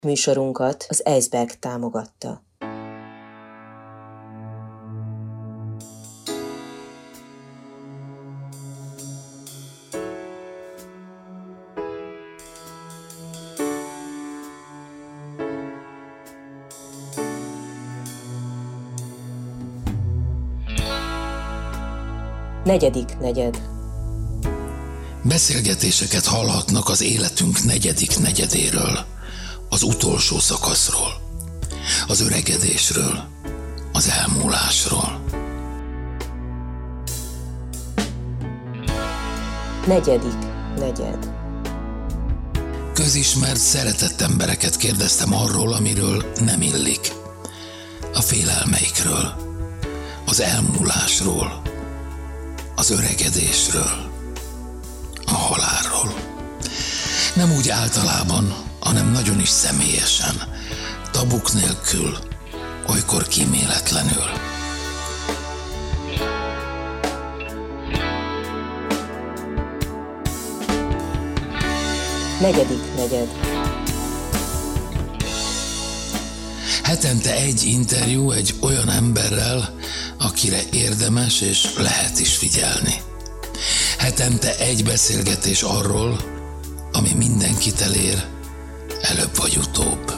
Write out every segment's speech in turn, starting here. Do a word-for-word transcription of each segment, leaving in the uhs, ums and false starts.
Műsorunkat az Iceberg támogatta. Negyedik negyed. Beszélgetéseket hallhatnak az életünk negyedik negyedéről, az utolsó szakaszról, az öregedésről, az elmúlásról. Negyedik negyed. Közismert, szeretett embereket kérdeztem arról, amiről nem illik. A félelmeikről, az elmúlásról, az öregedésről, a halálról. Nem úgy általában, hanem nagyon is személyesen, tabuk nélkül, olykor kíméletlenül. Negyedik negyed. Hetente egy interjú egy olyan emberrel, akire érdemes és lehet is figyelni. Hetente egy beszélgetés arról, ami mindenkit elér, előbb vagy utóbb.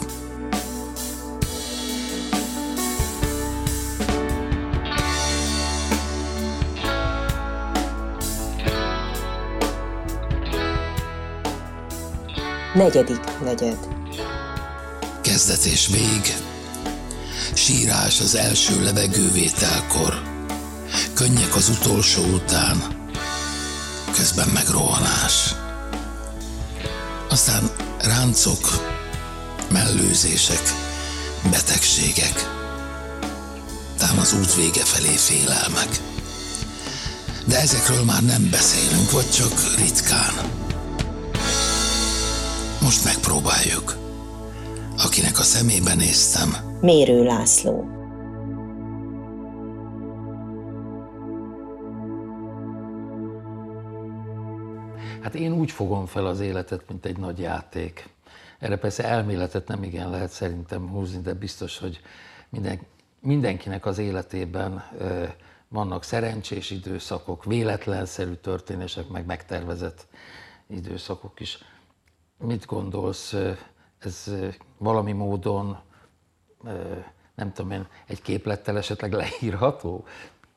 Negyedik negyed. Kezdet és vég, sírás az első levegővételkor, könnyek az utolsó után, közben meg rohanás. Aztán ráncok, mellőzések, betegségek, tám az út vége felé félelmek. De ezekről már nem beszélünk, vagy csak ritkán. Most megpróbáljuk. Akinek a szemébe néztem. Mérő László. Hát én úgy fogom fel az életet, mint egy nagy játék. Erre persze elméletet nem igen lehet szerintem húzni, de biztos, hogy minden, mindenkinek az életében ö, vannak szerencsés időszakok, véletlenszerű történések, meg megtervezett időszakok is. Mit gondolsz, ez valami módon, nem tudom én, egy képlettel esetleg leírható?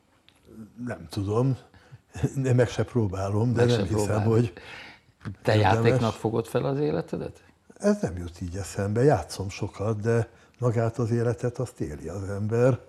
Nem tudom, de meg se próbálom, de meg nem hiszem, próbálom. Hogy... Te érdemes. Játéknak fogod fel az életedet? Ez nem jut így eszembe, játszom sokat, de magát az életet azt éli az ember.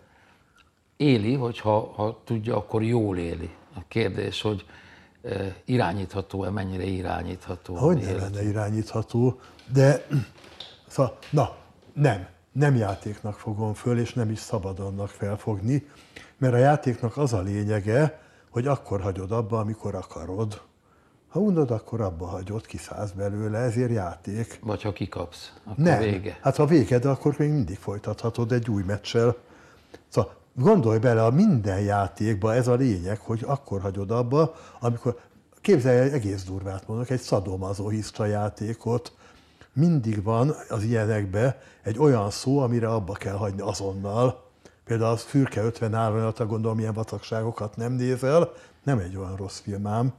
Éli, hogyha ha tudja, akkor jól éli. A kérdés, hogy irányítható-e, mennyire irányítható? Hogy ne lenne irányítható, de szóval, na, nem, nem játéknak fogom föl, és nem is szabad annak felfogni, mert a játéknak az a lényege, hogy akkor hagyod abba, amikor akarod. Ha unod, akkor abba hagyod, kiszállsz belőle, ezért játék. Vagy ha kikapsz, akkor nem. Vége. Hát ha véged, akkor még mindig folytathatod egy új meccsel. Szóval gondolj bele, a minden játékban ez a lényeg, hogy akkor hagyod abba, amikor, képzelj egy egész durvát mondok, egy szadomazochiszta játékot, mindig van az ilyenekben egy olyan szó, amire abba kell hagyni azonnal. Például az Fürke ötven árnyalata, gondolom, milyen vacakságokat nem nézel, nem egy olyan rossz film ám.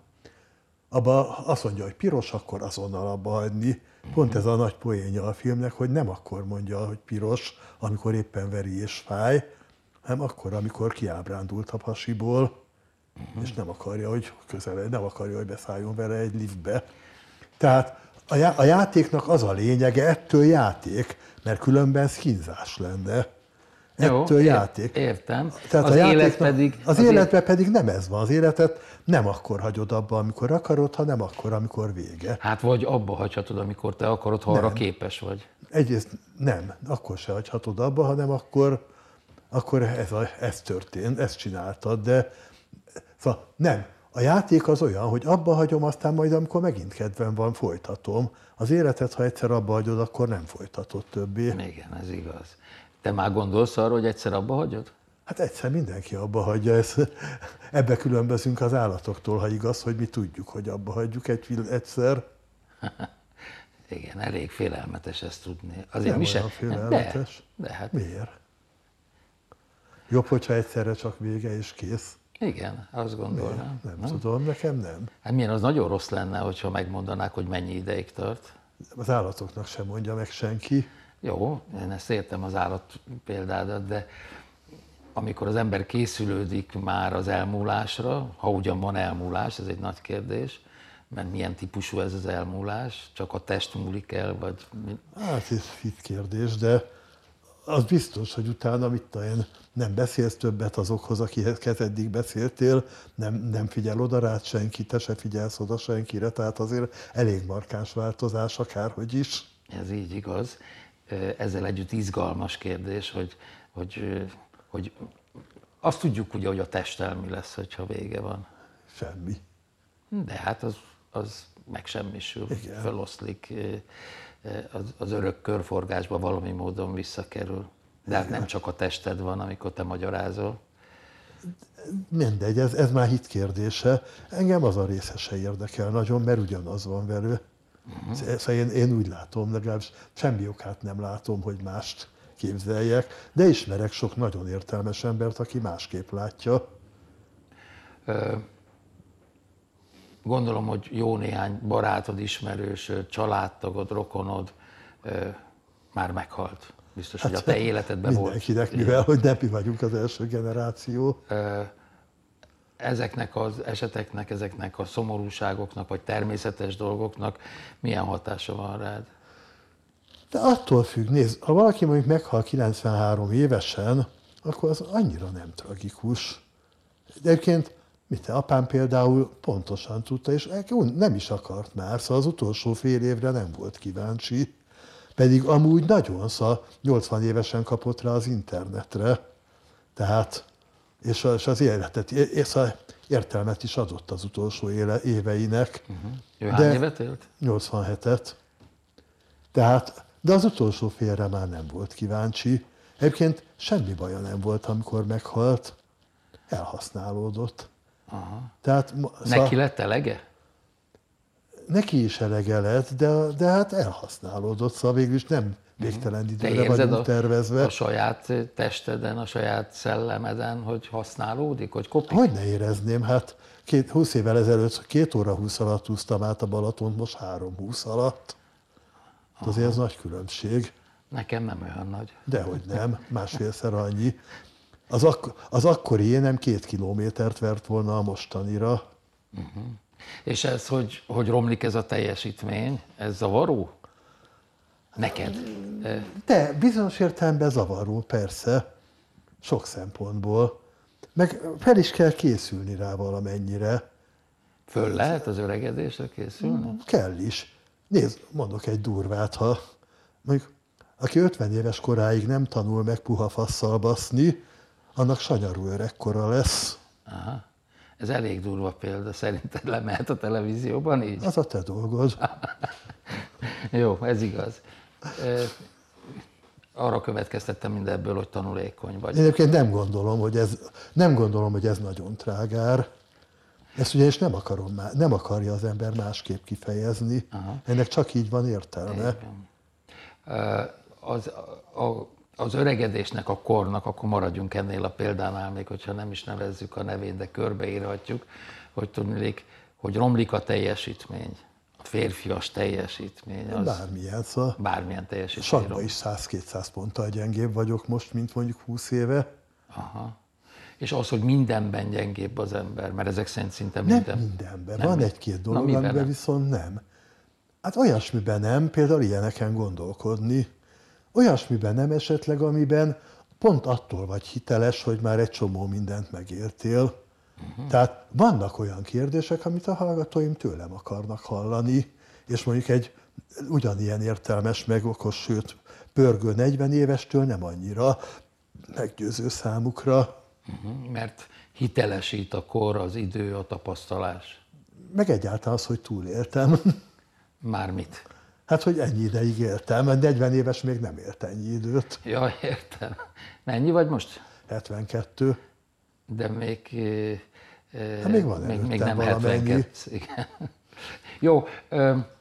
Abba azt mondja, hogy piros, akkor azonnal abba hagyni. Pont ez a nagy poénja a filmnek, hogy nem akkor mondja, hogy piros, amikor éppen veri és fáj, hanem akkor, amikor kiábrándult a pasiból, uh-huh. és nem akarja, hogy közel, nem akarja, hogy beszálljon vele egy liftbe. Tehát a, já- a játéknak az a lényege, ettől játék, mert különben szkínzás lenne. Ettől Jó, játék. Értem. Tehát az a élet pedig... Az, az életben pedig nem ez van. Az életet nem akkor hagyod abba, amikor akarod, hanem akkor, amikor vége. Hát vagy abba hagyhatod, amikor te akarod, ha nem. arra képes vagy. Egyrészt nem, akkor se hagyhatod abba, hanem akkor, akkor ez, a, ez történt, ezt csináltad, de szóval nem. A játék az olyan, hogy abba hagyom, aztán majd, amikor megint kedvem van, folytatom. Az életet, ha egyszer abba hagyod, akkor nem folytatod többé. Igen, ez igaz. Te már gondolsz arra, hogy egyszer abba hagyod? Hát egyszer mindenki abba hagyja, ezt, ebbe különbözünk az állatoktól, ha igaz, hogy mi tudjuk, hogy abba hagyjuk egy, egyszer. Igen, elég félelmetes ezt tudni. Azért Nem mi olyan se... félelmetes. De, de hát Miért? Jobb, hogyha egyszerre csak vége és kész. igen, azt gondolnám. Nem, nem tudom, nekem nem. Hát milyen, az nagyon rossz lenne, hogyha megmondanák, hogy mennyi ideig tart. Az állatoknak sem mondja meg senki. Jó, én ezt értem az állat példádat, de amikor az ember készülődik már az elmúlásra, ha ugyan van elmúlás, ez egy nagy kérdés, mert milyen típusú ez az elmúlás, csak a test múlik el, vagy... Hát ez hit kérdés, de az biztos, hogy utána mit tudom, nem beszélsz többet azokhoz, akihez eddig beszéltél, nem, nem figyel oda rád senki, te se figyelsz oda senkire, tehát azért elég markáns változás akárhogy is. Ez így igaz. Ezzel együtt izgalmas kérdés, hogy, hogy, hogy azt tudjuk ugye, hogy a testtel mi lesz, hogyha vége van. Semmi. De hát az, az megsemmisül, Igen. feloszlik, az, az örök körforgásba valami módon visszakerül. De hát nem csak a tested van, amikor te magyarázol. Mindegy, ez, ez már hit kérdése. Engem az a része se érdekel nagyon, mert ugyanaz van velő. Uh-huh. Szóval én, én úgy látom, legalábbis semmi okát nem látom, hogy mást képzeljek, de ismerek sok nagyon értelmes embert, aki másképp látja. Ö, gondolom, hogy jó néhány barátod, ismerősöd, családtagod, rokonod ö, már meghalt. Biztos, hát, hogy a te életedben volt. Mindenkinek, mivel hogy nem mi vagyunk az első generáció. Ö, ezeknek az eseteknek, ezeknek a szomorúságoknak, vagy természetes dolgoknak milyen hatása van rád? De attól függ, nézd, ha valaki mondjuk meghal kilencvenhárom évesen, akkor az annyira nem tragikus. De egyébként, mit te, apám például pontosan tudta, és nem is akart már, szóval az utolsó fél évre nem volt kíváncsi. Pedig amúgy nagyon, szóval nyolcvan évesen kapott rá az internetre. Tehát, és az életet, és az értelmet is adott az utolsó éle, éveinek. Uh-huh. Ő hány évet élt? nyolcvanhetet. Tehát, de az utolsó félre már nem volt kíváncsi. Egyébként semmi baja nem volt, amikor meghalt. Elhasználódott. Aha. Tehát, Neki szóval, lett elege? Neki is elege lett, de, de hát elhasználódott, szóval végül is nem végtelen időre vagyunk tervezve. A saját testeden, a saját szellemeden, hogy használódik, hogy kopik? Hogy ne érezném, hát két, húsz évvel ezelőtt két óra húsz alatt úsztam át a Balatont, most három húsz alatt. Hát azért ez nagy különbség. Nekem nem olyan nagy. Dehogy nem, másfélszer annyi. Az, ak- az akkori énem két kilométert vert volna a mostanira. Uh-huh. És ez, hogy, hogy romlik ez a teljesítmény, ez zavaró? Neked? De bizonyos értelemben zavaró, persze, sok szempontból. Meg fel is kell készülni rá valamennyire. Föl lehet az öregedésre készülni? Kell is. Nézd, mondok egy durvát, ha mondjuk, aki ötven éves koráig nem tanul meg puha fasszal baszni, annak sanyarú öregkora lesz. Aha. Ez elég durva példa, szerinted lemehet a televízióban így? Az a te dolgod. Jó, ez igaz. Arra következtettem mindebből, hogy tanulékony vagy. Én egyébként nem gondolom, hogy ez, nem gondolom, hogy ez nagyon trágár. Ezt ugyanis nem, akarom, nem akarja az ember másképp kifejezni. Aha. Ennek csak így van értelme. Az, a, az öregedésnek, a kornak, akkor maradjunk ennél a példánál, még hogyha nem is nevezzük a nevén, de körbeírhatjuk, hogy tudnék, hogy romlik a teljesítmény. A férfias teljesítmény. Az bármilyen, szóval bármilyen teljesítmény. Sakban is száz-kétszáz ponttal gyengébb vagyok most, mint mondjuk húsz éve. Aha. És az, hogy mindenben gyengébb az ember, mert ezek szerint szinte nem minden. mindenben. Nem Van mi... egy-két dolog, Na, amiben nem? Viszont nem. Hát olyasmiben nem, például ilyeneken gondolkodni. Olyasmiben nem esetleg, amiben pont attól vagy hiteles, hogy már egy csomó mindent megértél. Uh-huh. Tehát vannak olyan kérdések, amit a hallgatóim tőlem akarnak hallani, és mondjuk egy ugyanilyen értelmes, meg okos, sőt, pörgő negyven évestől nem annyira meggyőző számukra. Uh-huh. Mert hitelesít a kor, az idő, a tapasztalás. Meg egyáltalán az, hogy túléltem. Mármit? Hát, hogy ennyi ideig éltem, mert negyven éves még nem élt ennyi időt. Ja, értem. Mennyi vagy most? hetvenkettő. De még... Hát még van még, még nem valamennyi. hetvenkettő. Igen. Jó,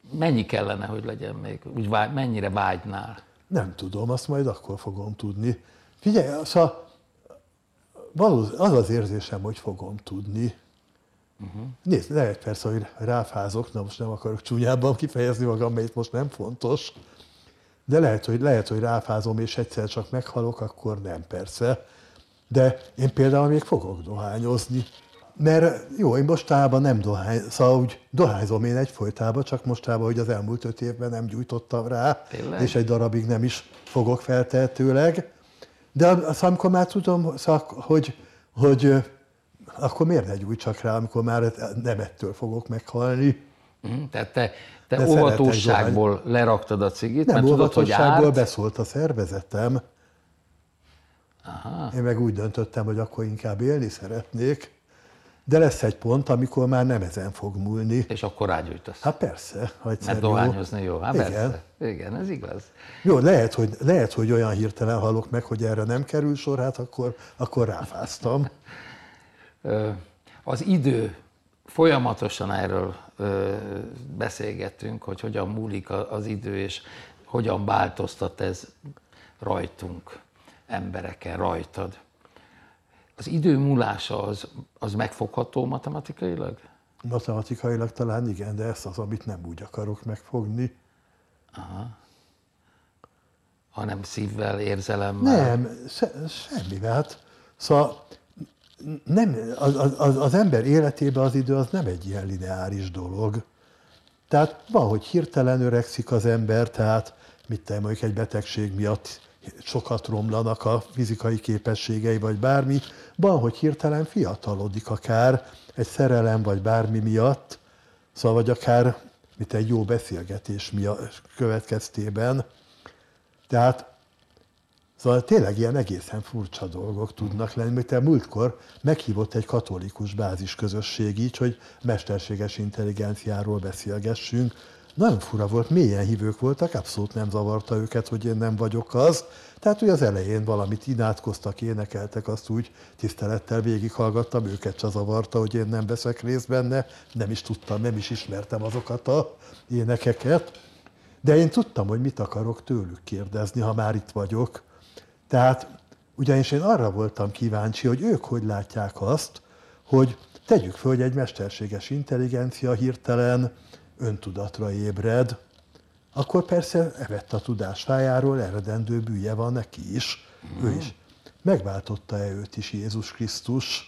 mennyi kellene, hogy legyen még? Úgy vágy, mennyire vágynál? Nem tudom, azt majd akkor fogom tudni. Figyelj, szóval valósz, az az érzésem, hogy fogom tudni. Uh-huh. Nézd, lehet persze, hogy ráfázok, na most nem akarok csúnyábban kifejezni magam, mert itt most nem fontos, de lehet, hogy, lehet, hogy ráfázom, és egyszer csak meghalok, akkor nem, persze. De én például még fogok dohányozni. Mert jó, én mostában nem dohány, szóval úgy dohányzom én egyfolytában, csak mostában, hogy az elmúlt öt évben nem gyújtottam rá, Tényleg? és egy darabig nem is fogok feltehetőleg. De szóval amikor már tudom, szóval, hogy, hogy akkor miért ne gyújtsak rá, amikor már nem ettől fogok meghalni. Mm, tehát te, te óvatosságból leraktad a cigit, nem, mert tudod, hogy árt? Beszólt a szervezetem. Aha. Én meg úgy döntöttem, hogy akkor inkább élni szeretnék. De lesz egy pont, amikor már nem ezen fog múlni. És akkor rágyújtasz. Hát persze. Mert dohányozni jó. Hát Igen. Persze. Igen, ez igaz. Jó, lehet hogy, lehet, hogy olyan hirtelen halok meg, hogy erre nem kerül sor, hát akkor, akkor ráfáztam. Az idő, folyamatosan erről beszélgettünk, hogy hogyan múlik az idő, és hogyan változtat ez rajtunk, embereken, rajtad. Az idő múlása az, az megfogható matematikailag? Matematikailag talán igen, de ezt az, amit nem úgy akarok megfogni. Aha. Hanem szívvel, érzelemmel? Nem, se, semmivel. Hát, szóval nem, az, az, az ember életében az idő az nem egy ilyen lineáris dolog. Tehát van, hogy hirtelen öregszik az ember, tehát mit tudom, mondjuk egy betegség miatt sokat romlanak a fizikai képességei, vagy bármi. Van, hogy hirtelen fiatalodik akár egy szerelem, vagy bármi miatt, szóval vagy akár mint egy jó beszélgetés miatt, következtében. Tehát szóval tényleg ilyen egészen furcsa dolgok tudnak lenni. Mert a múltkor meghívott egy katolikus bázisközösség így, hogy mesterséges intelligenciáról beszélgessünk. Nagyon fura volt, mélyen hívők voltak, abszolút nem zavarta őket, hogy én nem vagyok az. Tehát, hogy az elején valamit imádkoztak, énekeltek, azt úgy tisztelettel végighallgattam, őket se zavarta, hogy én nem veszek részt benne, nem is tudtam, nem is ismertem azokat a énekeket. De én tudtam, hogy mit akarok tőlük kérdezni, ha már itt vagyok. Tehát ugyanis én arra voltam kíváncsi, hogy ők hogy látják azt, hogy tegyük föl, hogy egy mesterséges intelligencia hirtelen öntudatra ébred, akkor persze evett a tudás fájáról, eredendő bűje van neki is. Mm. Ő is. Megváltotta-e őt is Jézus Krisztus?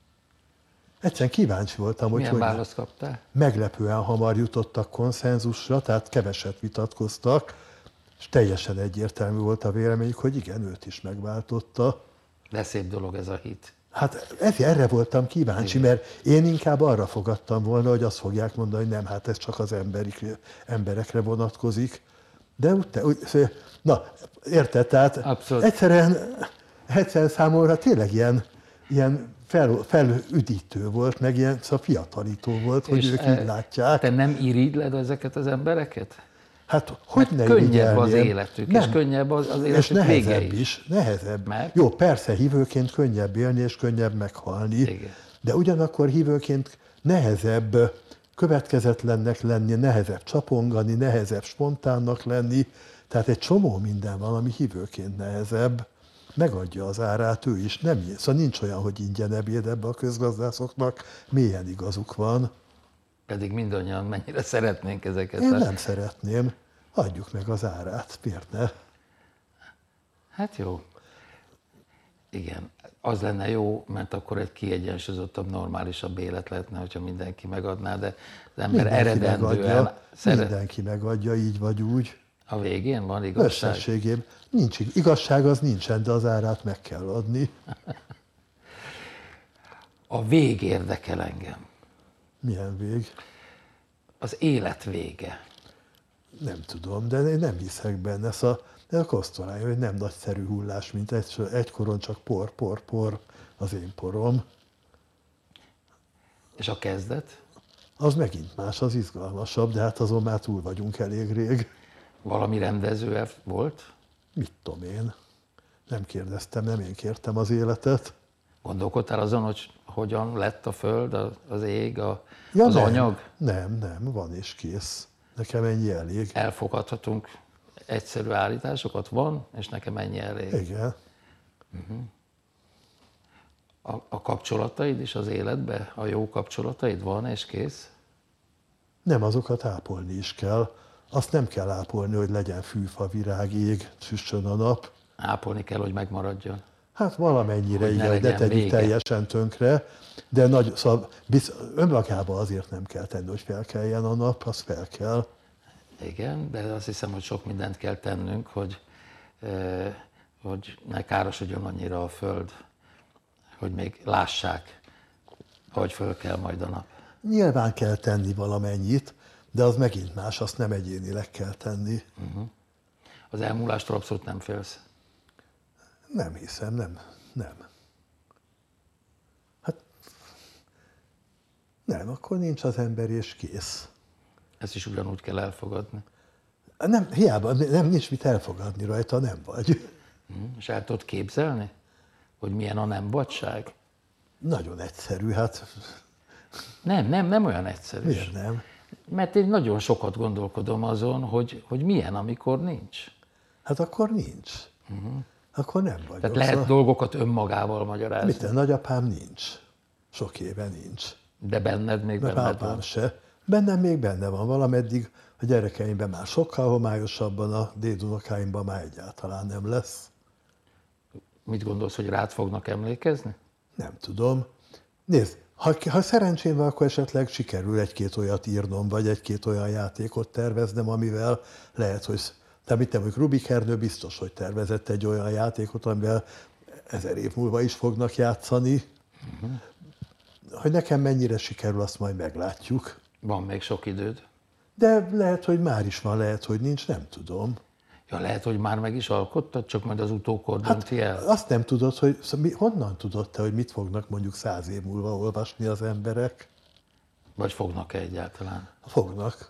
Egyszerűen kíváncsi voltam, hogy milyen hogy választ kaptál? Meglepően hamar jutottak konszenzusra, tehát keveset vitatkoztak, és teljesen egyértelmű volt a véleményük, hogy igen, őt is megváltotta. De szép dolog ez a hit. Hát erre voltam kíváncsi, igen. Mert én inkább arra fogadtam volna, hogy azt fogják mondani, hogy nem, hát ez csak az emberik, emberekre vonatkozik. De úgy, úgy na, érted, tehát Abszolút. egyszerűen, egyszerűen számomra tényleg ilyen, ilyen fel, felüdítő volt, meg ilyen szóval fiatalító volt, hogy ők e, így látják. Te nem irigyled ezeket az embereket? Hát hogy ne könnyebb az életük, nem. És könnyebb az, az életük és nehezebb vége is. is. Nehezebb. Mert? Jó, persze hívőként könnyebb élni, és könnyebb meghalni, igen. De ugyanakkor hívőként nehezebb következetlennek lenni, nehezebb csapongani, nehezebb spontánnak lenni, tehát egy csomó minden van, ami hívőként nehezebb. Megadja az árát ő is. Nem, szóval nincs olyan, hogy ingyen ebéd ebbe a közgazdászoknak, mélyen igazuk van. Pedig mindannyian mennyire szeretnénk ezeket. Én nem szeretném. Adjuk meg az árát, miért ne? Hát jó. Igen, az lenne jó, mert akkor egy kiegyensúlyozottabb, normálisabb élet lehetne, hogyha mindenki megadná, de az ember mindenki eredendően... Megadja, szeret... Mindenki megadja, így vagy úgy. A végén van igazság? Összességében. Nincs, igazság az nincsen, de az árát meg kell adni. A vég érdekel engem. Milyen vég? Az élet vége. Nem tudom, de én nem hiszek benne. Szóval ez a kosztolánja, hogy nem nagyszerű hullás, mint egy, egykoron csak por, por, por az én porom. És a kezdet? Az megint más, az izgalmasabb, de hát azon már túl vagyunk elég rég. Valami rendező volt? Mit tudom én. Nem kérdeztem, nem én kértem az életet. Gondolkodtál azon, hogy hogyan lett a föld, az ég, a, ja, az nem, anyag? Nem, nem, van és kész. Nekem ennyi elég. Elfogadhatunk egyszerű állításokat, van, és nekem ennyi elég. Igen. A, a kapcsolataid is az életben, a jó kapcsolataid van, és kész? Nem, azokat ápolni is kell. Azt nem kell ápolni, hogy legyen fűfa, virág, ég, süssön a nap. Ápolni kell, hogy megmaradjon. Hát valamennyire, Hogy ne igen, hogy ne legyen tegyük vége. teljesen tönkre, de nagy, szóval bizt, önmagában azért nem kell tenni, hogy felkeljen a nap, az fel kell. Igen, de azt hiszem, hogy sok mindent kell tennünk, hogy, eh, hogy ne károsodjon annyira a Föld, hogy még lássák, hogy föl kell majd a nap. Nyilván kell tenni valamennyit, de az megint más, azt nem egyénileg kell tenni. Az elmúlástól abszolút nem félsz. Nem hiszem, nem, nem. Hát nem, akkor nincs az ember és kész. Ezt is ugyanúgy kell elfogadni. Nem, hiába, nem, nincs mit elfogadni rajta, nem vagy. És el tudod képzelni, hogy milyen a nem vadság? Nagyon egyszerű, hát Nem, nem, nem olyan egyszerű. miért nem? Mert én nagyon sokat gondolkodom azon, hogy, hogy milyen, amikor nincs. Hát akkor nincs. Akkor nem vagyok. Tehát lehet Szóval- dolgokat önmagával magyarázni, Mit, te, nagyapám nincs. Sok éve nincs. de benned még Meg benned apám van. se. Bennem még benne van valameddig, a gyerekeimben már sokkal homályosabban, a dédunokáimban már egyáltalán nem lesz. Mit gondolsz, hogy rád fognak emlékezni? Nem tudom. Nézd, ha, ha szerencsém van, akkor esetleg sikerül egy-két olyat írnom, vagy egy-két olyan játékot terveznem, amivel lehet, hogy... Tehát mit tudom, hogy Rubik Ernő biztos, hogy tervezett egy olyan játékot, amivel ezer év múlva is fognak játszani. Uh-huh. Hogy nekem mennyire sikerül, azt majd meglátjuk. Van még sok időd. De lehet, hogy már is van, lehet, hogy nincs, nem tudom. Ja, lehet, hogy már meg is alkottad, csak majd az utókor Hát dönti el. azt nem tudod, hogy szóval mi, honnan tudod te, hogy mit fognak mondjuk száz év múlva olvasni az emberek? Vagy fognak-e egyáltalán? Fognak.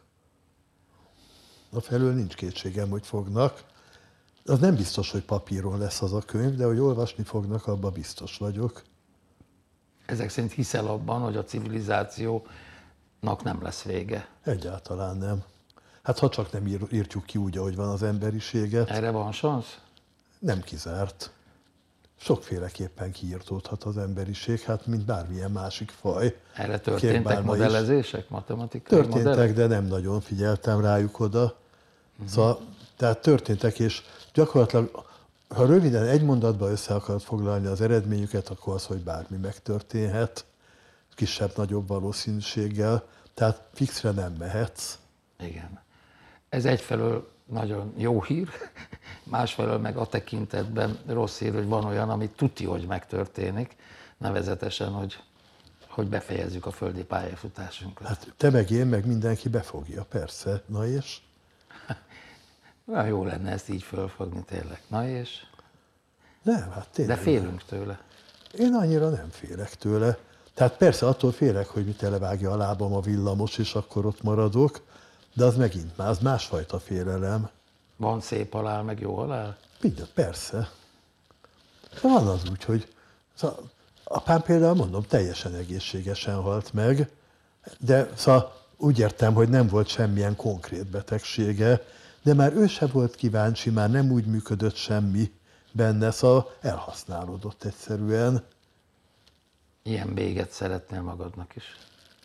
A felől nincs kétségem, hogy fognak. Az nem biztos, hogy papíron lesz az a könyv, de hogy olvasni fognak, abban biztos vagyok. Ezek szerint hiszel abban, hogy a civilizációnak nem lesz vége. Egyáltalán nem. Hát ha csak nem ír, írtjuk ki úgy, ahogy van az emberiséget, Erre van szansz? nem kizárt. Sokféleképpen kiírtódhat az emberiség, hát mint bármilyen másik faj. Erre történtek Kékbálna is. modellezések, matematikai modellek? Történtek, de nem nagyon figyeltem rájuk oda. Uh-huh. Szóval, tehát történtek, és gyakorlatilag, ha röviden egy mondatba össze akarod foglalni az eredményüket, akkor az, hogy bármi megtörténhet, kisebb-nagyobb valószínűséggel, tehát fixre nem mehetsz. Igen. Ez egyfelől nagyon jó hír, másfelől meg a tekintetben rossz hír, hogy van olyan, ami tuti, hogy megtörténik, nevezetesen, hogy, hogy befejezzük a földi pályafutásunkat. Hát te meg én, meg mindenki befogja, persze. Na és? Na, jó lenne ezt így fölfogni tényleg. Na és? Nem, hát tényleg. De félünk tőle. Én annyira nem félek tőle. Tehát persze attól félek, hogy mit elevágja a lábam a villamos, és akkor ott maradok, de az megint más, másfajta félelem. Van szép halál, meg jó halál? Mindjárt, persze. Van az úgy, hogy szóval apám például, mondom, teljesen egészségesen halt meg, de szóval úgy értem, hogy nem volt semmilyen konkrét betegsége, de már ő se volt kíváncsi, már nem úgy működött semmi benne, szóval elhasználódott egyszerűen. Ilyen véget szeretnél magadnak is.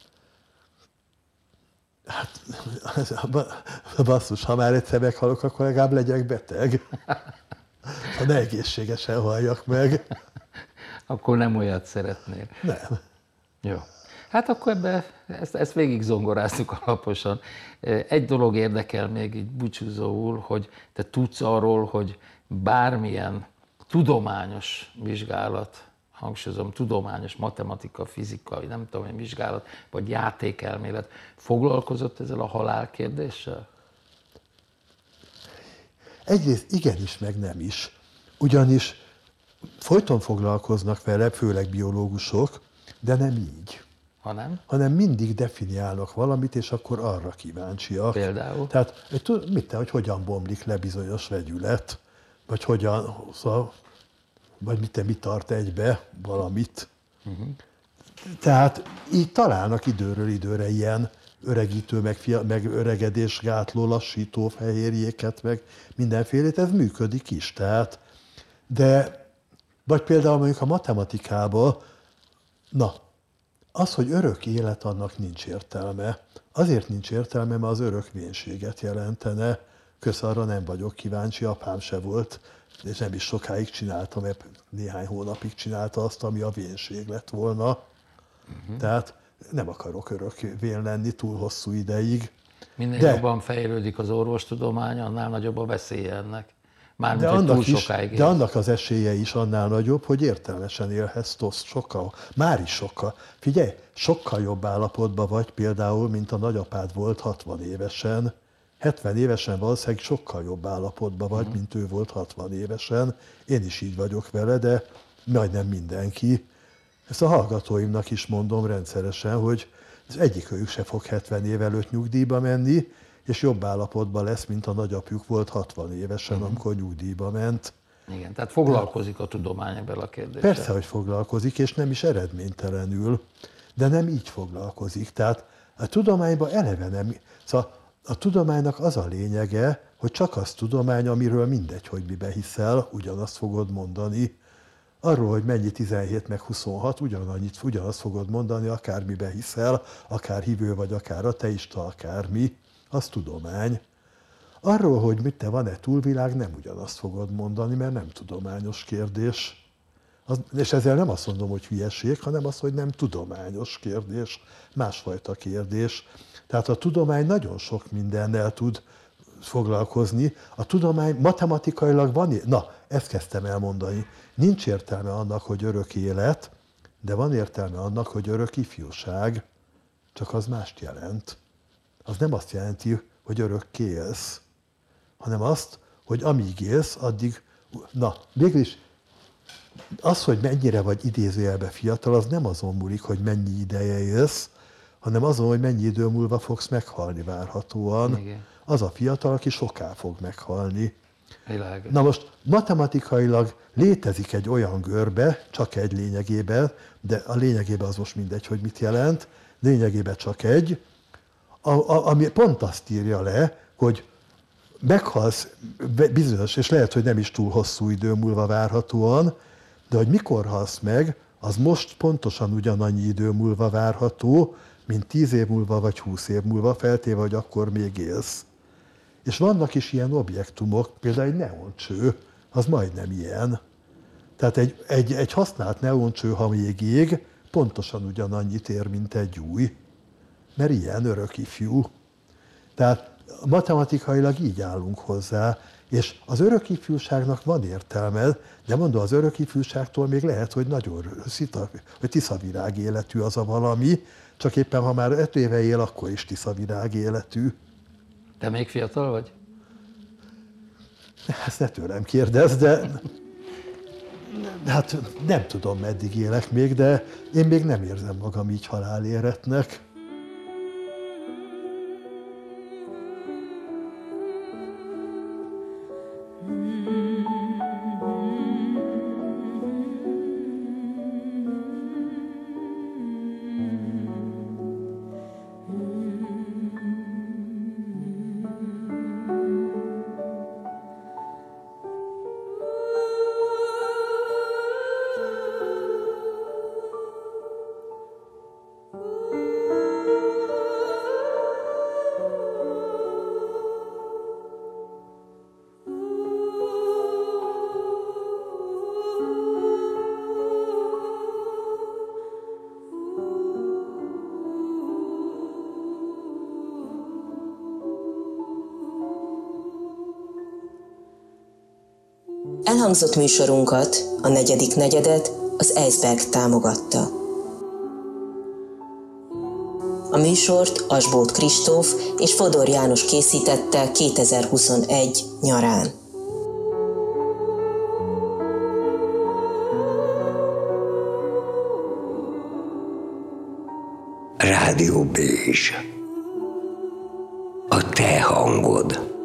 Hát, basszus, ha már egyszer meghalok, akkor legalább legyek beteg. Ha ne egészségesen halljak meg. Akkor nem olyat szeretnél. Nem. Jó. Hát akkor ebbe, ezt, ezt végig zongoráztuk alaposan. Egy dolog érdekel még így búcsúzóul, hogy te tudsz arról, hogy bármilyen tudományos vizsgálat, hangsúlyozom, tudományos, matematika, fizika, nem tudom, hogy vizsgálat, vagy játékelmélet foglalkozott ezzel a halál kérdéssel? Egyrészt igenis, meg nem is. Ugyanis folyton foglalkoznak vele, főleg biológusok, de nem így. Ha nem? Hanem mindig definiálnak valamit, és akkor arra kíváncsiak. Például? Tehát, tud- mit te, hogy hogyan bomlik le bizonyos vegyület, vagy hogyan, szóval, vagy mit te, mit tart egybe valamit. Uh-huh. Tehát így találnak időről időre ilyen öregítő, meg, fia, meg öregedésgátló, lassító fehérjéket, meg mindenfélét, ez működik is. Tehát, de vagy például mondjuk a matematikában, na, az, hogy örök élet, annak nincs értelme. Azért nincs értelme, mert az örök vénséget jelentene. Kösz arra nem vagyok kíváncsi, apám se volt, és nem is sokáig csináltam, mert néhány hónapig csinálta azt, ami a vénség lett volna. Uh-huh. Tehát nem akarok örök vén lenni túl hosszú ideig. Minél de, jobban fejlődik az orvostudomány, annál nagyobb a veszélye ennek. Mármint, de, hogy annak túl is, sokáig de annak az esélye is annál nagyobb, hogy értelmesen élhetsz toszt sokkal, már is sokkal. Figyelj, sokkal jobb állapotban vagy például, mint a nagyapád volt hatvan évesen. hetven évesen valószínűleg sokkal jobb állapotban vagy, mm. mint ő volt hatvan évesen. Én is így vagyok vele, de majdnem mindenki. Ezt a hallgatóimnak is mondom rendszeresen, hogy az egyikőjük se fog hetven év előtt nyugdíjba menni, és jobb állapotban lesz, mint a nagyapjuk volt hatvan évesen, mm. amikor nyugdíjba ment. Igen, tehát foglalkozik a tudomány ebben a kérdéssel. Persze, hogy foglalkozik, és nem is eredménytelenül, de nem így foglalkozik. Tehát a tudományban eleve nem... Szóval a tudománynak az a lényege, hogy csak az tudomány, amiről mindegy, hogy mibe hiszel, ugyanazt fogod mondani. Arról, hogy mennyi tizenhét meg huszonhat, ugyanannyit, ugyanazt fogod mondani, akármibe hiszel, akár hívő vagy, akár ateista, akármi, az tudomány. Arról, hogy mit te van-e túlvilág, nem ugyanazt fogod mondani, mert nem tudományos kérdés. Az, és ezzel nem azt mondom, hogy hülyeség, hanem az, hogy nem tudományos kérdés, másfajta kérdés. Tehát a tudomány nagyon sok mindennel tud foglalkozni. A tudomány matematikailag van, na, ezt kezdtem elmondani, nincs értelme annak, hogy örök élet, de van értelme annak, hogy örök ifjúság, csak az mást jelent. Az nem azt jelenti, hogy örökké élsz, hanem azt, hogy amíg élsz, addig, na, végülis az, hogy mennyire vagy idézőjelben fiatal, az nem azon múlik, hogy mennyi ideje élsz, hanem azon, hogy mennyi idő múlva fogsz meghalni várhatóan. Igen. Az a fiatal, aki soká fog meghalni. Világos. Na most matematikailag létezik egy olyan görbe, csak egy lényegében, de a lényegében az most mindegy, hogy mit jelent, lényegében csak egy, a, a, ami pont azt írja le, hogy meghalsz bizonyos, és lehet, hogy nem is túl hosszú idő múlva várhatóan, de hogy mikor halsz meg, az most pontosan ugyanannyi idő múlva várható, mint tíz év múlva vagy húsz év múlva, feltéve, hogy akkor még élsz. És vannak is ilyen objektumok, például egy neoncső, az majdnem ilyen. Tehát egy, egy, egy használt neoncső, ha még ég, pontosan ugyanannyit ér, mint egy új. Mert ilyen örök ifjú. Tehát matematikailag így állunk hozzá, és az örök ifjúságnak van értelme, de mondom, az örök ifjúságtól még lehet, hogy nagyon szita, hogy tiszavirág életű az a valami, csak éppen ha már öt éve él, akkor is tiszavirág életű. Te még fiatal vagy? Ezt ne tőlem kérdezz, de hát nem tudom, meddig élek még, de én még nem érzem magam így haláléretnek. Elhangzott műsorunkat, a negyedik negyedet az Eisberg támogatta. A műsort Asbóth Kristóf és Fodor János készítette kétezer-huszonegy nyarán. Rádió Bézs. A te hangod.